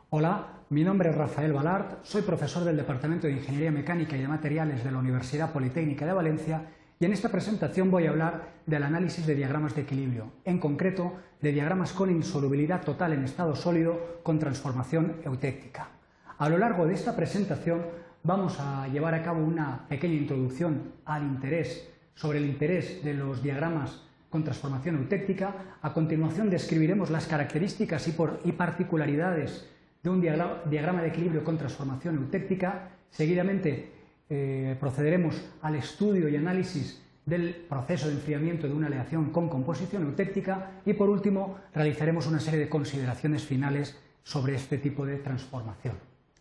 Hola, mi nombre es Rafael Balart, soy profesor del Departamento de Ingeniería Mecánica y de Materiales de la Universidad Politécnica de Valencia y en esta presentación voy a hablar del análisis de diagramas de equilibrio, en concreto de diagramas con insolubilidad total en estado sólido con transformación eutéctica. A lo largo de esta presentación vamos a llevar a cabo una pequeña introducción sobre el interés de los diagramas con transformación eutéctica. A continuación describiremos las características y particularidades de un diagrama de equilibrio con transformación eutéctica. Seguidamente procederemos al estudio y análisis del proceso de enfriamiento de una aleación con composición eutéctica y por último realizaremos una serie de consideraciones finales sobre este tipo de transformación.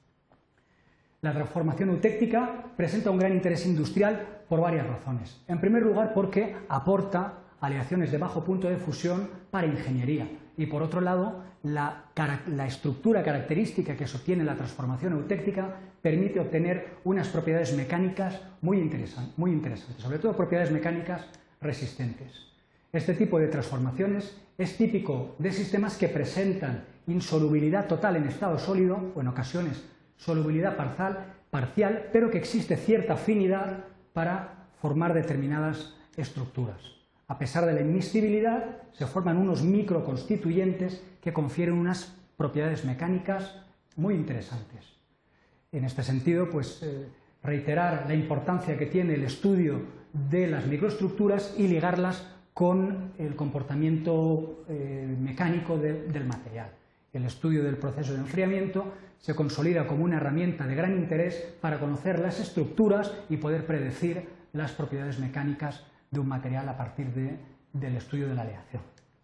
La transformación eutéctica presenta un gran interés industrial por varias razones. En primer lugar, porque aporta aleaciones de bajo punto de fusión para ingeniería y, por otro lado, la estructura característica que sostiene la transformación eutéctica permite obtener unas propiedades mecánicas muy interesantes, sobre todo propiedades mecánicas resistentes. Este tipo de transformaciones es típico de sistemas que presentan insolubilidad total en estado sólido o en ocasiones solubilidad parcial, pero que existe cierta afinidad para formar determinadas estructuras. A pesar de la inmiscibilidad, se forman unos microconstituyentes que confieren unas propiedades mecánicas muy interesantes. En este sentido, reiterar la importancia que tiene el estudio de las microestructuras y ligarlas con el comportamiento mecánico del material. El estudio del proceso de enfriamiento se consolida como una herramienta de gran interés para conocer las estructuras y poder predecir las propiedades mecánicas de un material a partir del estudio de la aleación.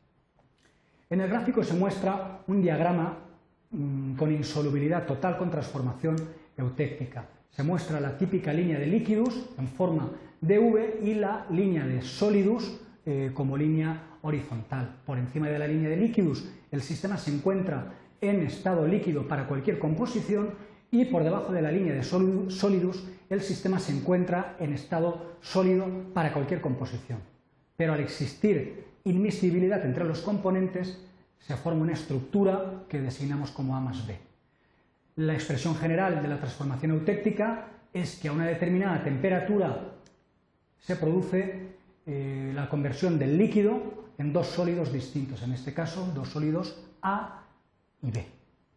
En el gráfico se muestra un diagrama con insolubilidad total con transformación eutéctica. Se muestra la típica línea de líquidos en forma de V y la línea de sólidos como línea horizontal. Por encima de la línea de líquidos el sistema se encuentra en estado líquido para cualquier composición y por debajo de la línea de sólidos el sistema se encuentra en estado sólido para cualquier composición. Pero al existir inmiscibilidad entre los componentes se forma una estructura que designamos como A más B. La expresión general de la transformación eutéctica es que a una determinada temperatura se produce la conversión del líquido en dos sólidos distintos, en este caso dos sólidos A y B.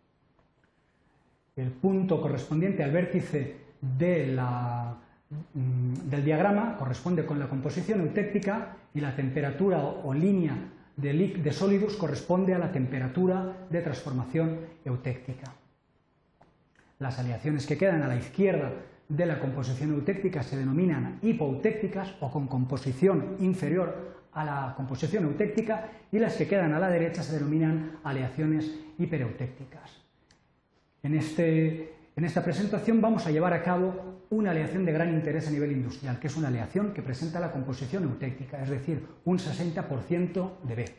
El punto correspondiente al vértice del diagrama corresponde con la composición eutéctica y la temperatura o línea de sólidos corresponde a la temperatura de transformación eutéctica. Las aleaciones que quedan a la izquierda de la composición eutéctica se denominan hipoeutécticas o con composición inferior a la composición eutéctica y las que quedan a la derecha se denominan aleaciones hipereutécticas. En esta presentación vamos a llevar a cabo una aleación de gran interés a nivel industrial, que es una aleación que presenta la composición eutéctica, es decir, un 60% de B.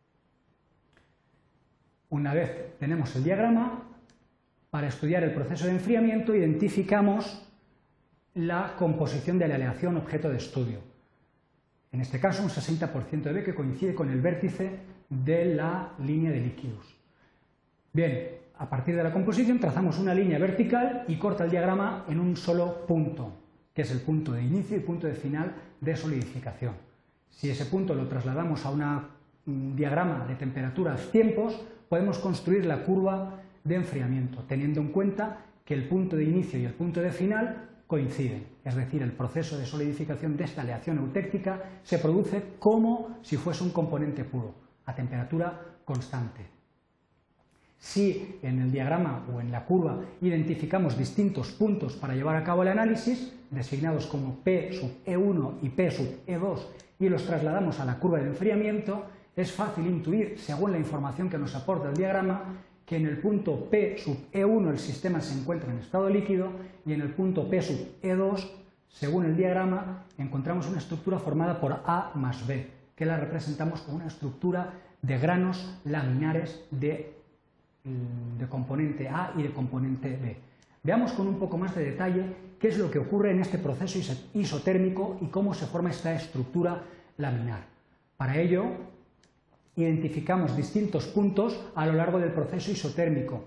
Una vez tenemos el diagrama, para estudiar el proceso de enfriamiento identificamos la composición de la aleación objeto de estudio. En este caso un 60% de B que coincide con el vértice de la línea de líquidos. Bien, a partir de la composición trazamos una línea vertical y corta el diagrama en un solo punto, que es el punto de inicio y punto de final de solidificación. Si ese punto lo trasladamos a un diagrama de temperaturas-tiempos, podemos construir la curva de enfriamiento, teniendo en cuenta que el punto de inicio y el punto de final coinciden, es decir, el proceso de solidificación de esta aleación eutéctica se produce como si fuese un componente puro, a temperatura constante. Si en el diagrama o en la curva identificamos distintos puntos para llevar a cabo el análisis, designados como P sub E1 y P sub E2, y los trasladamos a la curva de enfriamiento, es fácil intuir, según la información que nos aporta el diagrama, que en el punto P sub E1 el sistema se encuentra en estado líquido y en el punto P sub E2, según el diagrama, encontramos una estructura formada por A más B, que la representamos como una estructura de granos laminares de componente A y de componente B. Veamos con un poco más de detalle qué es lo que ocurre en este proceso isotérmico y cómo se forma esta estructura laminar. Para ello, identificamos distintos puntos a lo largo del proceso isotérmico,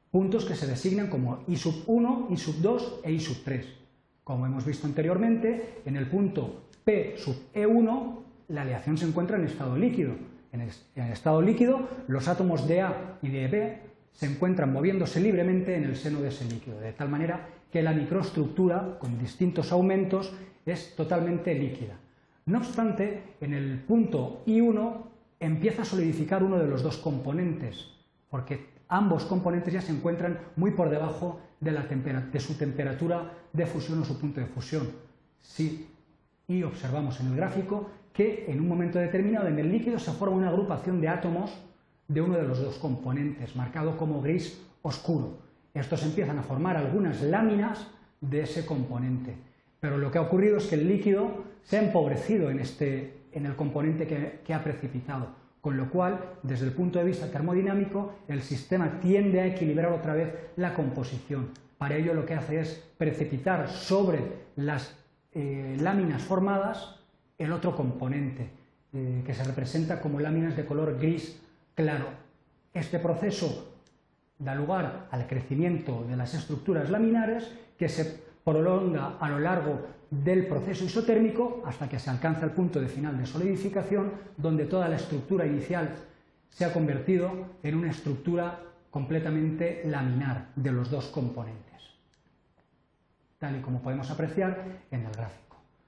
puntos que se designan como I sub 1, I sub 2 e I sub 3. Como hemos visto anteriormente, en el punto P sub E1 la aleación se encuentra en estado líquido. En el estado líquido, los átomos de A y de B se encuentran moviéndose libremente en el seno de ese líquido, de tal manera que la microestructura, con distintos aumentos, es totalmente líquida. No obstante, en el punto I1 empieza a solidificar uno de los dos componentes, porque ambos componentes ya se encuentran muy por debajo de su temperatura de fusión o su punto de fusión. Y observamos en el gráfico que en un momento determinado en el líquido se forma una agrupación de átomos de uno de los dos componentes, marcado como gris oscuro. Estos empiezan a formar algunas láminas de ese componente. Pero lo que ha ocurrido es que el líquido se ha empobrecido en el componente que ha precipitado, con lo cual, desde el punto de vista termodinámico, el sistema tiende a equilibrar otra vez la composición. Para ello lo que hace es precipitar sobre las láminas formadas el otro componente, que se representa como láminas de color gris claro. Este proceso da lugar al crecimiento de las estructuras laminares que se prolonga a lo largo del proceso isotérmico hasta que se alcanza el punto de final de solidificación, donde toda la estructura inicial se ha convertido en una estructura completamente laminar de los dos componentes, tal y como podemos apreciar en el gráfico.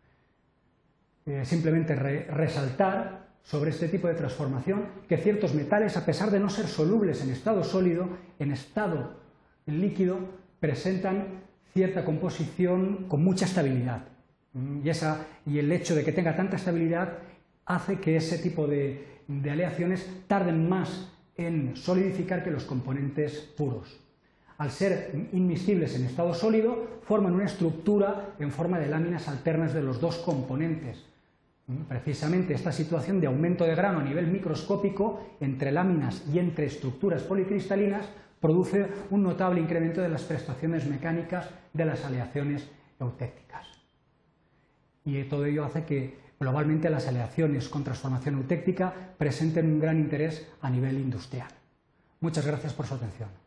Simplemente resaltar sobre este tipo de transformación que ciertos metales, a pesar de no ser solubles en estado sólido, en estado líquido presentan cierta composición con mucha estabilidad. Y el hecho de que tenga tanta estabilidad hace que ese tipo de aleaciones tarden más en solidificar que los componentes puros. Al ser inmiscibles en estado sólido, forman una estructura en forma de láminas alternas de los dos componentes. Precisamente esta situación de aumento de grano a nivel microscópico entre láminas y entre estructuras policristalinas produce un notable incremento de las prestaciones mecánicas de las aleaciones eutécticas. Y todo ello hace que globalmente las aleaciones con transformación eutéctica presenten un gran interés a nivel industrial. Muchas gracias por su atención.